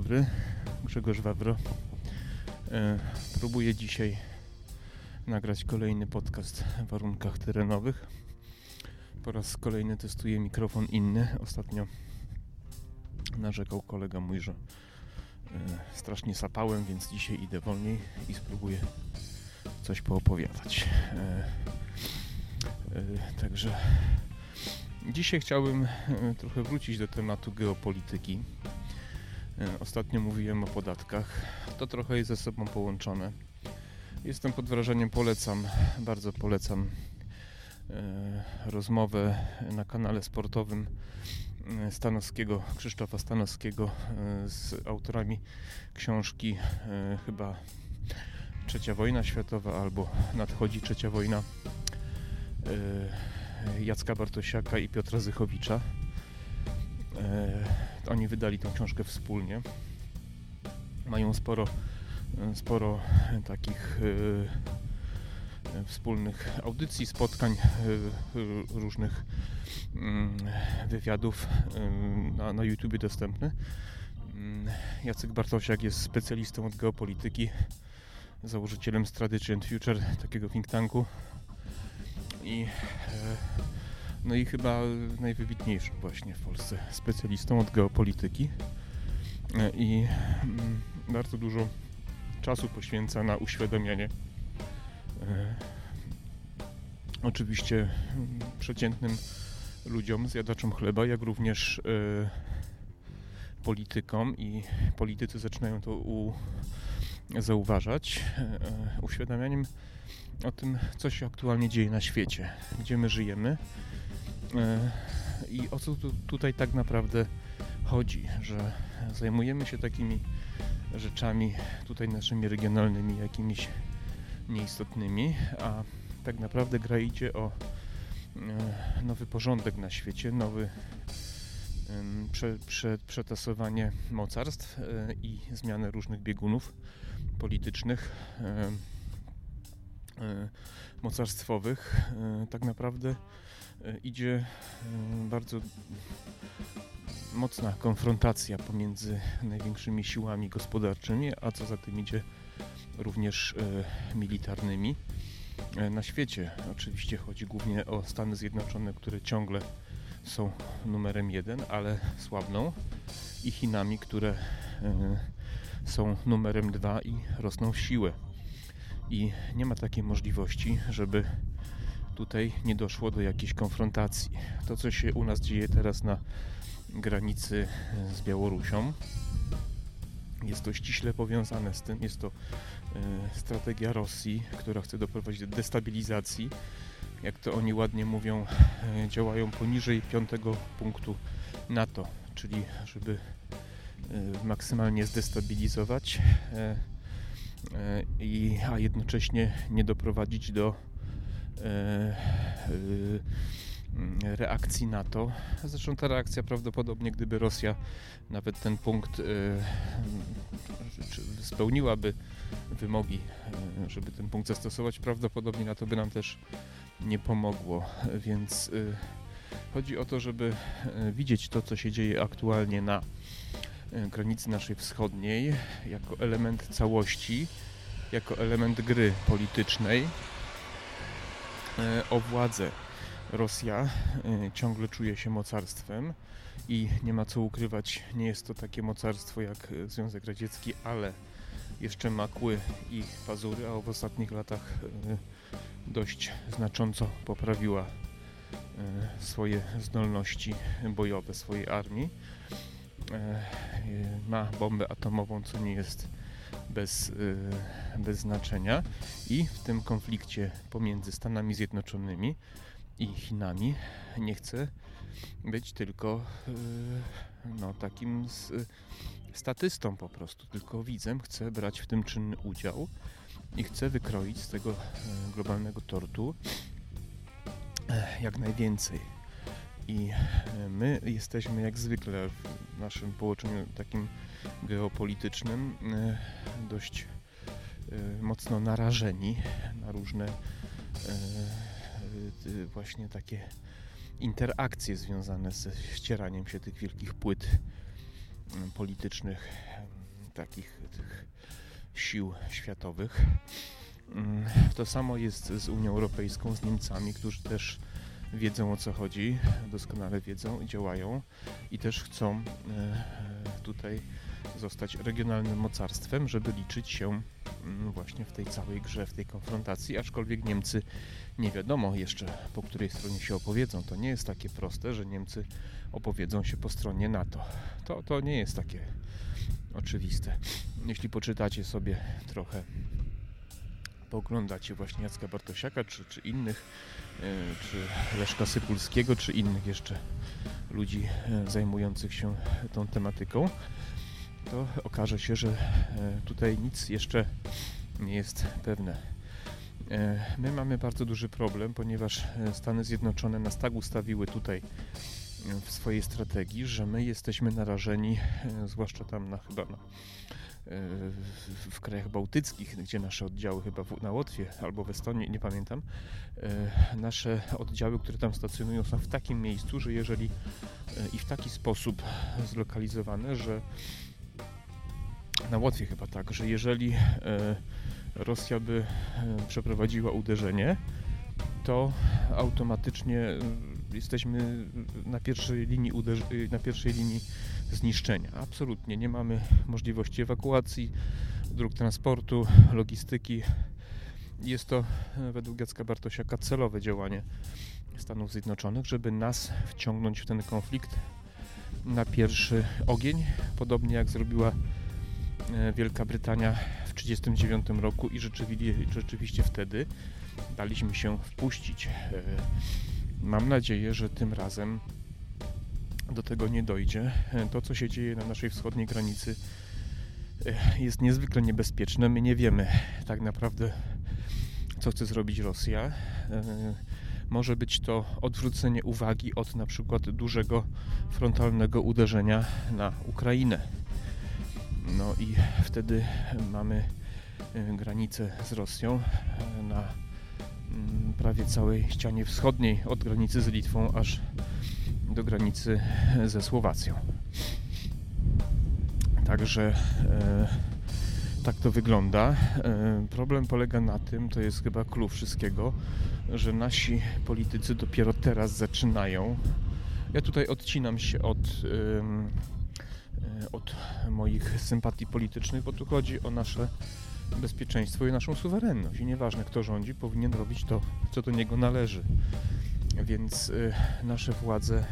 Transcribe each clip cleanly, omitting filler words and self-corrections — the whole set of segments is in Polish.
dobry, Grzegorz Wawro. Próbuję dzisiaj nagrać kolejny podcast w warunkach terenowych. Po raz kolejny testuję mikrofon inny. Ostatnio narzekał kolega mój, że strasznie sapałem, więc dzisiaj idę wolniej i spróbuję coś poopowiadać. Także dzisiaj chciałbym trochę wrócić do tematu geopolityki. Ostatnio mówiłem o podatkach. To trochę jest ze sobą połączone. Jestem pod wrażeniem, bardzo polecam rozmowę na kanale sportowym Krzysztofa Stanowskiego z autorami książki chyba Trzecia wojna światowa albo Nadchodzi trzecia wojna, Jacka Bartosiaka i Piotra Zychowicza. Oni wydali tę książkę wspólnie. Mają sporo takich wspólnych audycji, spotkań, różnych wywiadów na YouTubie dostępny. Jacek Bartosiak jest specjalistą od geopolityki, założycielem Strategy and Future, takiego think tanku i chyba najwybitniejszym właśnie w Polsce specjalistą od geopolityki i bardzo dużo czasu poświęca na uświadamianie oczywiście przeciętnym ludziom, zjadaczom chleba, jak również politykom, i politycy zaczynają to zauważać, uświadamianiem o tym, co się aktualnie dzieje na świecie, gdzie my żyjemy i o co tutaj tak naprawdę chodzi, że zajmujemy się takimi rzeczami tutaj naszymi regionalnymi, jakimiś nieistotnymi, a tak naprawdę gra idzie o nowy porządek na świecie, nowy przetasowanie mocarstw i zmianę różnych biegunów politycznych, mocarstwowych. Tak naprawdę idzie bardzo mocna konfrontacja pomiędzy największymi siłami gospodarczymi, a co za tym idzie również militarnymi na świecie. Oczywiście chodzi głównie o Stany Zjednoczone, które ciągle są numerem 1, ale słabną, i Chinami, które są numerem 2 i rosną w siłę. I nie ma takiej możliwości, żeby tutaj nie doszło do jakiejś konfrontacji. To, co się u nas dzieje teraz na granicy z Białorusią, jest to ściśle powiązane z tym. Jest to strategia Rosji, która chce doprowadzić do destabilizacji. Jak to oni ładnie mówią, działają poniżej 5. punktu NATO, czyli żeby maksymalnie zdestabilizować, a jednocześnie nie doprowadzić do reakcji NATO. Zresztą ta reakcja prawdopodobnie, gdyby Rosja nawet ten punkt spełniłaby wymogi, żeby ten punkt zastosować, prawdopodobnie na to by nam też nie pomogło. Więc chodzi o to, żeby widzieć to, co się dzieje aktualnie na granicy naszej wschodniej, jako element całości, jako element gry politycznej o władzę. Rosja ciągle czuje się mocarstwem i nie ma co ukrywać, nie jest to takie mocarstwo jak Związek Radziecki, ale jeszcze ma kły i pazury, a w ostatnich latach dość znacząco poprawiła swoje zdolności bojowe swojej armii. Ma bombę atomową, co nie jest bez znaczenia, i w tym konflikcie pomiędzy Stanami Zjednoczonymi i Chinami nie chce być tylko takim statystą po prostu, tylko widzem, chce brać w tym czynny udział i chce wykroić z tego globalnego tortu jak najwięcej. I my jesteśmy jak zwykle w naszym połączeniu takim geopolitycznym dość mocno narażeni na różne właśnie takie interakcje związane ze ścieraniem się tych wielkich płyt politycznych takich tych sił światowych. To samo jest z Unią Europejską, z Niemcami, którzy też wiedzą, o co chodzi, doskonale wiedzą i działają i też chcą tutaj zostać regionalnym mocarstwem, żeby liczyć się właśnie w tej całej grze, w tej konfrontacji, aczkolwiek Niemcy nie wiadomo jeszcze, po której stronie się opowiedzą. To nie jest takie proste, że Niemcy opowiedzą się po stronie NATO. To nie jest takie oczywiste. Jeśli poczytacie sobie trochę, pooglądacie właśnie Jacka Bartosiaka, czy innych, czy Leszka Sypulskiego, czy innych jeszcze ludzi zajmujących się tą tematyką, to okaże się, że tutaj nic jeszcze nie jest pewne. My mamy bardzo duży problem, ponieważ Stany Zjednoczone nas tak ustawiły tutaj w swojej strategii, że my jesteśmy narażeni, zwłaszcza tam w krajach bałtyckich, gdzie nasze oddziały chyba na Łotwie albo w Estonii, nie pamiętam, nasze oddziały, które tam stacjonują, są w takim miejscu, że jeżeli i w taki sposób zlokalizowane, że na Łotwie chyba tak, że jeżeli Rosja by przeprowadziła uderzenie, to automatycznie jesteśmy na pierwszej linii zniszczenia. Absolutnie nie mamy możliwości ewakuacji, dróg transportu, logistyki. Jest to według Jacka Bartosiaka celowe działanie Stanów Zjednoczonych, żeby nas wciągnąć w ten konflikt na pierwszy ogień, podobnie jak zrobiła Wielka Brytania w 1939 roku i rzeczywiście wtedy daliśmy się wpuścić. Mam nadzieję, że tym razem do tego nie dojdzie. To, co się dzieje na naszej wschodniej granicy, jest niezwykle niebezpieczne. My nie wiemy tak naprawdę, co chce zrobić Rosja. Może być to odwrócenie uwagi od na przykład dużego frontalnego uderzenia na Ukrainę. No i wtedy mamy granicę z Rosją na prawie całej ścianie wschodniej, od granicy z Litwą aż do granicy ze Słowacją. Także tak to wygląda. Problem polega na tym, to jest chyba clue wszystkiego, że nasi politycy dopiero teraz zaczynają. Ja tutaj odcinam się od moich sympatii politycznych, bo tu chodzi o nasze bezpieczeństwo i naszą suwerenność. I nieważne, kto rządzi, powinien robić to, co do niego należy. Więc nasze władze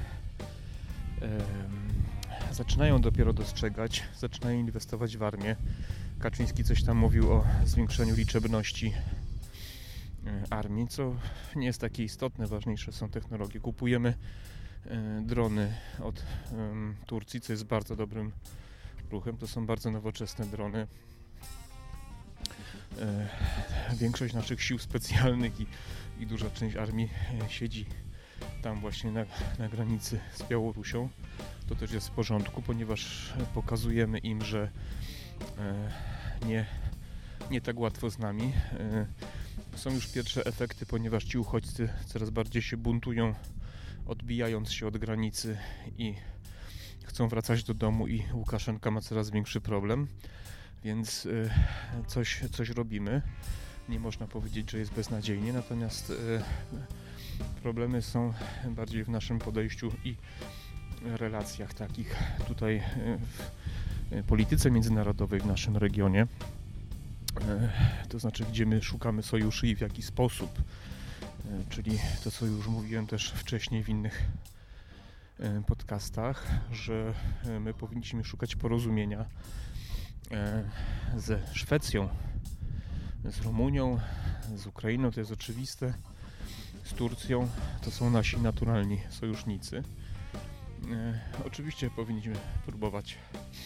zaczynają dopiero dostrzegać, zaczynają inwestować w armię. Kaczyński coś tam mówił o zwiększeniu liczebności armii, co nie jest takie istotne. Ważniejsze są technologie. Kupujemy drony od Turcji, co jest bardzo dobrym ruchem. To są bardzo nowoczesne drony. Większość naszych sił specjalnych i duża część armii siedzi tam właśnie na granicy z Białorusią. To też jest w porządku, ponieważ pokazujemy im, że nie tak łatwo z nami. Są już pierwsze efekty, ponieważ ci uchodźcy coraz bardziej się buntują, odbijając się od granicy i chcą wracać do domu i Łukaszenka ma coraz większy problem, więc coś robimy. Nie można powiedzieć, że jest beznadziejnie, natomiast problemy są bardziej w naszym podejściu i relacjach takich tutaj w polityce międzynarodowej w naszym regionie. To znaczy, gdzie my szukamy sojuszy i w jaki sposób. Czyli to, co już mówiłem też wcześniej w innych podcastach, że my powinniśmy szukać porozumienia ze Szwecją, z Rumunią, z Ukrainą, to jest oczywiste, z Turcją, to są nasi naturalni sojusznicy. Oczywiście powinniśmy próbować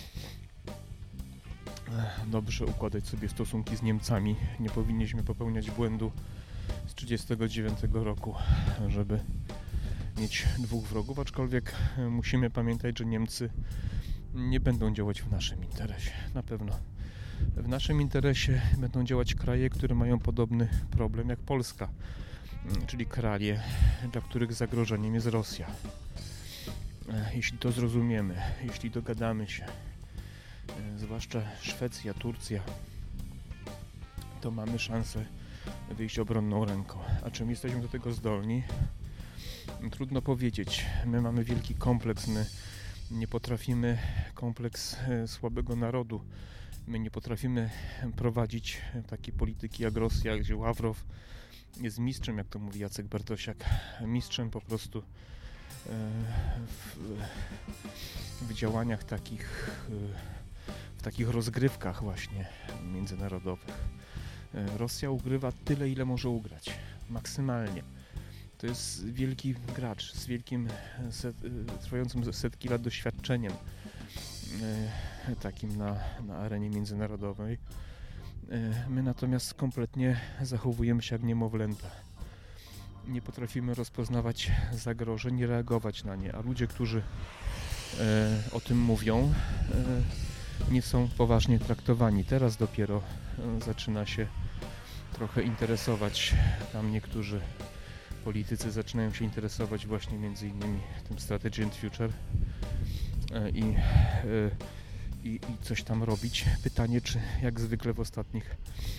dobrze układać sobie stosunki z Niemcami. Nie powinniśmy popełniać błędu z 1939 roku, żeby mieć dwóch wrogów, aczkolwiek musimy pamiętać, że Niemcy nie będą działać w naszym interesie. Na pewno w naszym interesie będą działać kraje, które mają podobny problem jak Polska, czyli kraje, dla których zagrożeniem jest Rosja. Jeśli to zrozumiemy, jeśli dogadamy się, zwłaszcza Szwecja, Turcja, to mamy szansę wyjść obronną ręką. A czym jesteśmy do tego zdolni? Trudno powiedzieć. My mamy wielki kompleks, my nie potrafimy, kompleks słabego narodu. My nie potrafimy prowadzić takiej polityki jak Rosja, gdzie Ławrow jest mistrzem, jak to mówi Jacek Bartosiak, mistrzem po prostu w działaniach takich, w takich rozgrywkach właśnie międzynarodowych. Rosja ugrywa tyle, ile może ugrać, maksymalnie. To jest wielki gracz z wielkim, trwającym setki lat doświadczeniem takim na arenie międzynarodowej. My natomiast kompletnie zachowujemy się jak niemowlęta. Nie potrafimy rozpoznawać zagrożeń, nie reagować na nie, a ludzie, którzy o tym mówią, nie są poważnie traktowani. Teraz dopiero zaczyna się trochę interesować, tam niektórzy politycy zaczynają się interesować właśnie między innymi tym Strategy and Future i coś tam robić. Pytanie, czy jak zwykle w ostatnich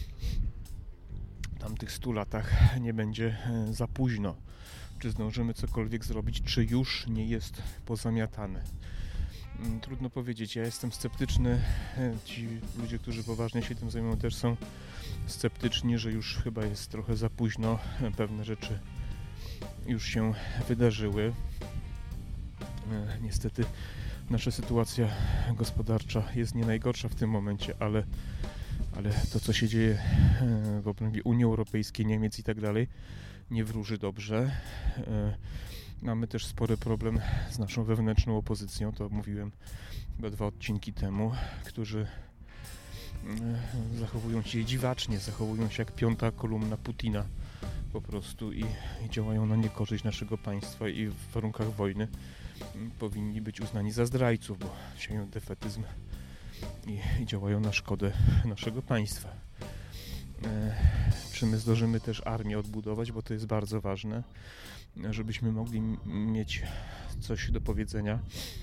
tamtych 100 latach nie będzie za późno. Czy zdążymy cokolwiek zrobić, czy już nie jest pozamiatane. Trudno powiedzieć. Ja jestem sceptyczny. Ci ludzie, którzy poważnie się tym zajmują, też są sceptyczni, że już chyba jest trochę za późno. Pewne rzeczy już się wydarzyły. Niestety nasza sytuacja gospodarcza jest nie najgorsza w tym momencie, ale to, co się dzieje w obrębie Unii Europejskiej, Niemiec i tak dalej, nie wróży dobrze. Mamy też spory problem z naszą wewnętrzną opozycją, to mówiłem chyba 2 odcinki temu, którzy zachowują się dziwacznie, zachowują się jak 5. kolumna Putina po prostu i działają na niekorzyść naszego państwa i w warunkach wojny powinni być uznani za zdrajców, bo sieją defetyzm i działają na szkodę naszego państwa. Czy my zdążymy też armię odbudować, bo to jest bardzo ważne, żebyśmy mogli mieć coś do powiedzenia.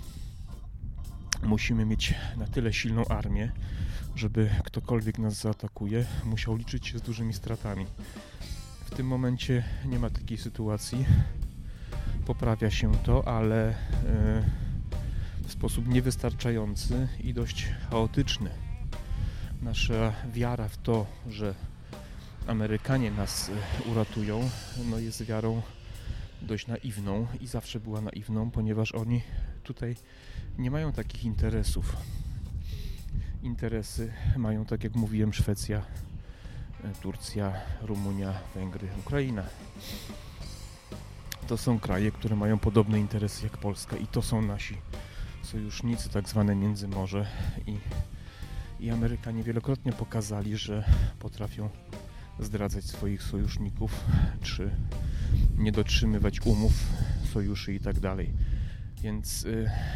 Musimy mieć na tyle silną armię, żeby ktokolwiek nas zaatakuje, musiał liczyć się z dużymi stratami. W tym momencie nie ma takiej sytuacji. Poprawia się to, ale w sposób niewystarczający i dość chaotyczny. Nasza wiara w to, że Amerykanie nas uratują, no jest wiarą dość naiwną i zawsze była naiwną, ponieważ oni tutaj nie mają takich interesów. Interesy mają, tak jak mówiłem, Szwecja, Turcja, Rumunia, Węgry, Ukraina. To są kraje, które mają podobne interesy jak Polska i to są nasi sojusznicy, tak zwane Międzymorze i Amerykanie wielokrotnie pokazali, że potrafią zdradzać swoich sojuszników, czy nie dotrzymywać umów, sojuszy i tak dalej. Więc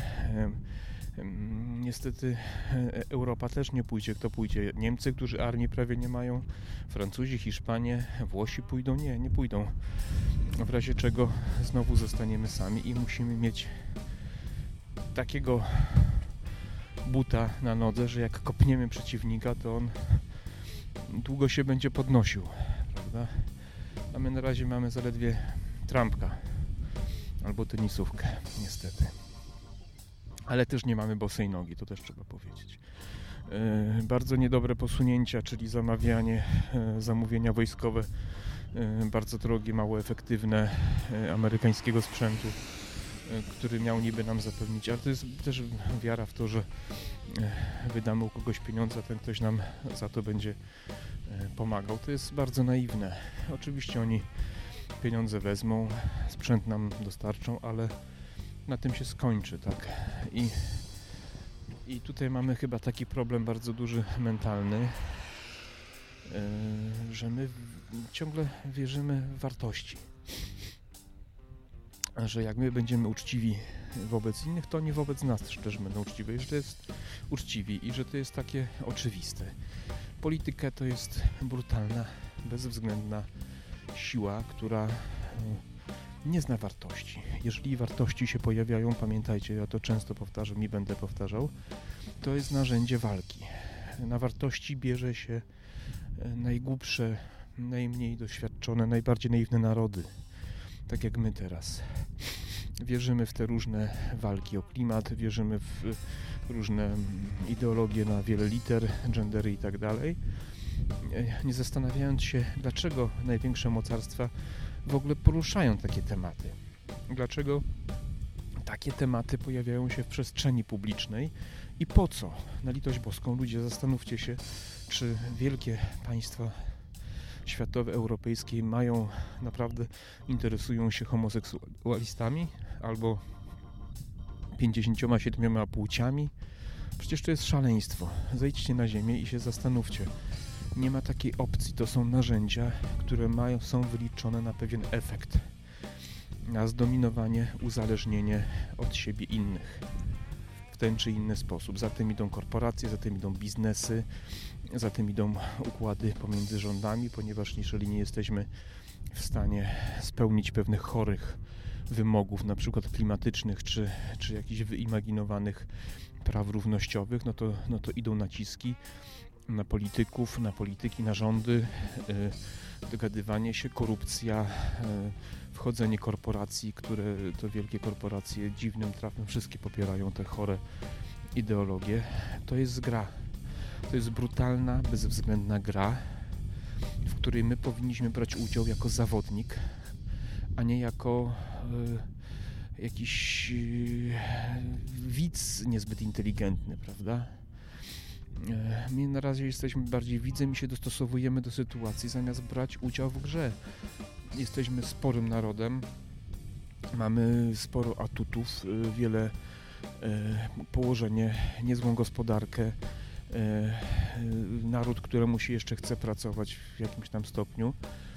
niestety Europa też nie pójdzie. Kto pójdzie? Niemcy, którzy armii prawie nie mają, Francuzi, Hiszpanie, Włosi pójdą? Nie pójdą. W razie czego znowu zostaniemy sami i musimy mieć takiego buta na nodze, że jak kopniemy przeciwnika, to on długo się będzie podnosił, prawda? A my na razie mamy zaledwie trampka albo tenisówkę, niestety. Ale też nie mamy bosej nogi, to też trzeba powiedzieć. Bardzo niedobre posunięcia, czyli zamówienia wojskowe, bardzo drogie, mało efektywne, amerykańskiego sprzętu, który miał niby nam zapewnić, ale to jest też wiara w to, że wydamy u kogoś pieniądze, a ten ktoś nam za to będzie pomagał. To jest bardzo naiwne. Oczywiście oni pieniądze wezmą, sprzęt nam dostarczą, ale na tym się skończy, tak? I tutaj mamy chyba taki problem bardzo duży, mentalny, że my ciągle wierzymy w wartości. Że jak my będziemy uczciwi wobec innych, to oni wobec nas też będą uczciwi, że to jest uczciwi i że to jest takie oczywiste. Polityka to jest brutalna, bezwzględna siła, która nie zna wartości. Jeżeli wartości się pojawiają, pamiętajcie, ja to często powtarzam i będę powtarzał, to jest narzędzie walki. Na wartości bierze się najgłupsze, najmniej doświadczone, najbardziej naiwne narody, tak jak my teraz. Wierzymy w te różne walki o klimat, wierzymy w różne ideologie na wiele liter, gendery i tak dalej, nie zastanawiając się, dlaczego największe mocarstwa w ogóle poruszają takie tematy. Dlaczego takie tematy pojawiają się w przestrzeni publicznej i po co? Na litość boską, ludzie, zastanówcie się, czy wielkie państwa światowe, europejskie naprawdę interesują się homoseksualistami albo 57 płciami. Przecież to jest szaleństwo. Zejdźcie na ziemię i się zastanówcie. Nie ma takiej opcji. To są narzędzia, które są wyliczone na pewien efekt. Na zdominowanie, uzależnienie od siebie innych w ten czy inny sposób. Za tym idą korporacje, za tym idą biznesy, za tym idą układy pomiędzy rządami, ponieważ jeżeli nie jesteśmy w stanie spełnić pewnych chorych wymogów, na przykład klimatycznych, czy jakichś wyimaginowanych praw równościowych, no to idą naciski na polityków, na polityki, na rządy, dogadywanie się, korupcja, wchodzenie korporacji, które to wielkie korporacje dziwnym trafem wszystkie popierają te chore ideologie. To jest gra. To jest brutalna, bezwzględna gra, w której my powinniśmy brać udział jako zawodnik, a nie jako jakiś widz niezbyt inteligentny, prawda? My na razie jesteśmy bardziej widzem i się dostosowujemy do sytuacji, zamiast brać udział w grze. Jesteśmy sporym narodem, mamy sporo atutów, wiele położenie, niezłą gospodarkę, naród, któremu się jeszcze chce pracować w jakimś tam stopniu.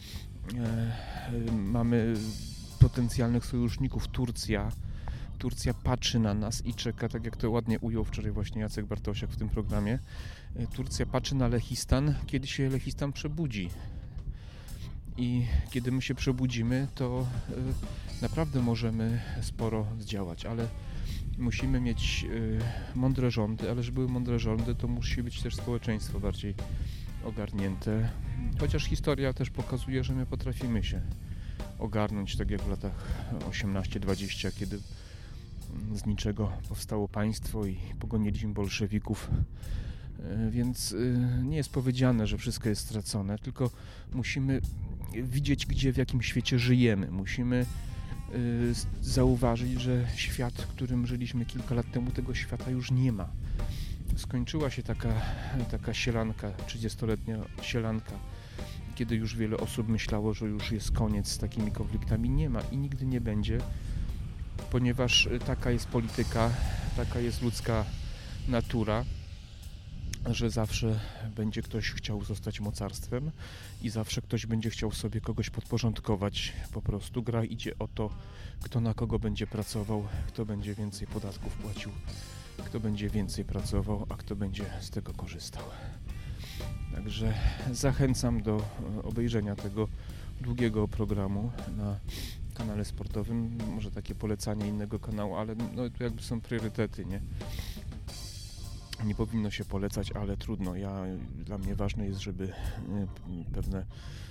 Mamy potencjalnych sojuszników. Turcja patrzy na nas i czeka, tak jak to ładnie ujął wczoraj właśnie Jacek Bartosiak w tym programie. Turcja patrzy na Lechistan, kiedy się Lechistan przebudzi. I kiedy my się przebudzimy, to naprawdę możemy sporo zdziałać, ale musimy mieć mądre rządy, ale żeby były mądre rządy, to musi być też społeczeństwo bardziej ogarnięte. Chociaż historia też pokazuje, że my potrafimy się ogarnąć, tak jak w latach 18-20, kiedy z niczego powstało państwo i pogoniliśmy bolszewików. Więc nie jest powiedziane, że wszystko jest stracone, tylko musimy widzieć, w jakim świecie żyjemy. Musimy zauważyć, że świat, w którym żyliśmy kilka lat temu, tego świata już nie ma. Skończyła się taka sielanka, 30-letnia sielanka, kiedy już wiele osób myślało, że już jest koniec z takimi konfliktami. Nie ma i nigdy nie będzie, ponieważ taka jest polityka, taka jest ludzka natura, że zawsze będzie ktoś chciał zostać mocarstwem i zawsze ktoś będzie chciał sobie kogoś podporządkować. Po prostu gra idzie o to, kto na kogo będzie pracował, kto będzie więcej podatków płacił, kto będzie więcej pracował, a kto będzie z tego korzystał. Także zachęcam do obejrzenia tego długiego programu na kanale sportowym. Może takie polecanie innego kanału, ale no to jakby są priorytety, nie? Nie powinno się polecać, ale trudno. Dla mnie ważne jest, żeby pewne,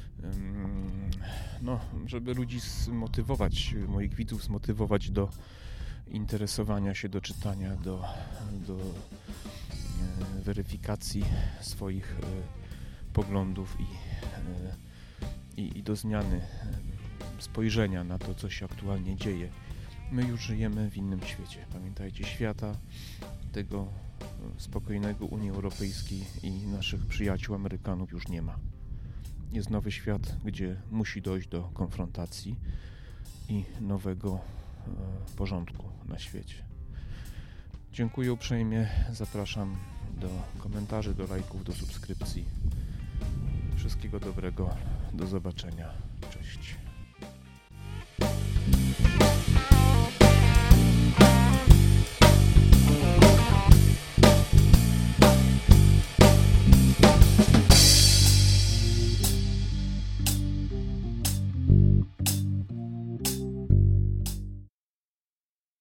żeby ludzi zmotywować, moich widzów zmotywować do interesowania się, do czytania, do weryfikacji swoich poglądów i do zmiany spojrzenia na to, co się aktualnie dzieje. My już żyjemy w innym świecie. Pamiętajcie, świata tego spokojnego Unii Europejskiej i naszych przyjaciół Amerykanów już nie ma. Jest nowy świat, gdzie musi dojść do konfrontacji i nowego porządku na świecie. Dziękuję uprzejmie, zapraszam do komentarzy, do lajków, do subskrypcji. Wszystkiego dobrego, do zobaczenia. Cześć.